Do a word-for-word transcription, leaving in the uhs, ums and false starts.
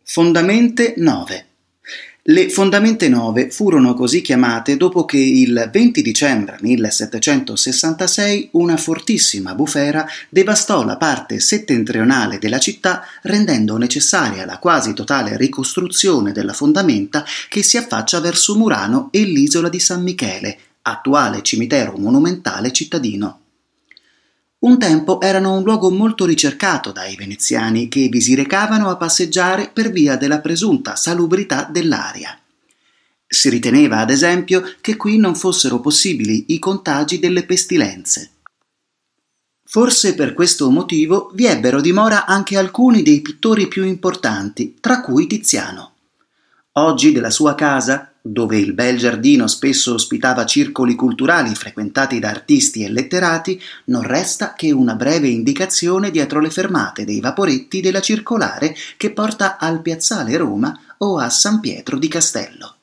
Fondamente nove. Le Fondamente Nove furono così chiamate dopo che il venti dicembre millesettecentosessantasei una fortissima bufera devastò la parte settentrionale della città, rendendo necessaria la quasi totale ricostruzione della fondamenta che si affaccia verso Murano e l'isola di San Michele, attuale cimitero monumentale cittadino. Un tempo erano un luogo molto ricercato dai veneziani che vi si recavano a passeggiare per via della presunta salubrità dell'aria. Si riteneva, ad esempio, che qui non fossero possibili i contagi delle pestilenze. Forse per questo motivo vi ebbero dimora anche alcuni dei pittori più importanti, tra cui Tiziano. Oggi della sua casa, dove il bel giardino spesso ospitava circoli culturali frequentati da artisti e letterati, non resta che una breve indicazione dietro le fermate dei vaporetti della circolare che porta al Piazzale Roma o a San Pietro di Castello.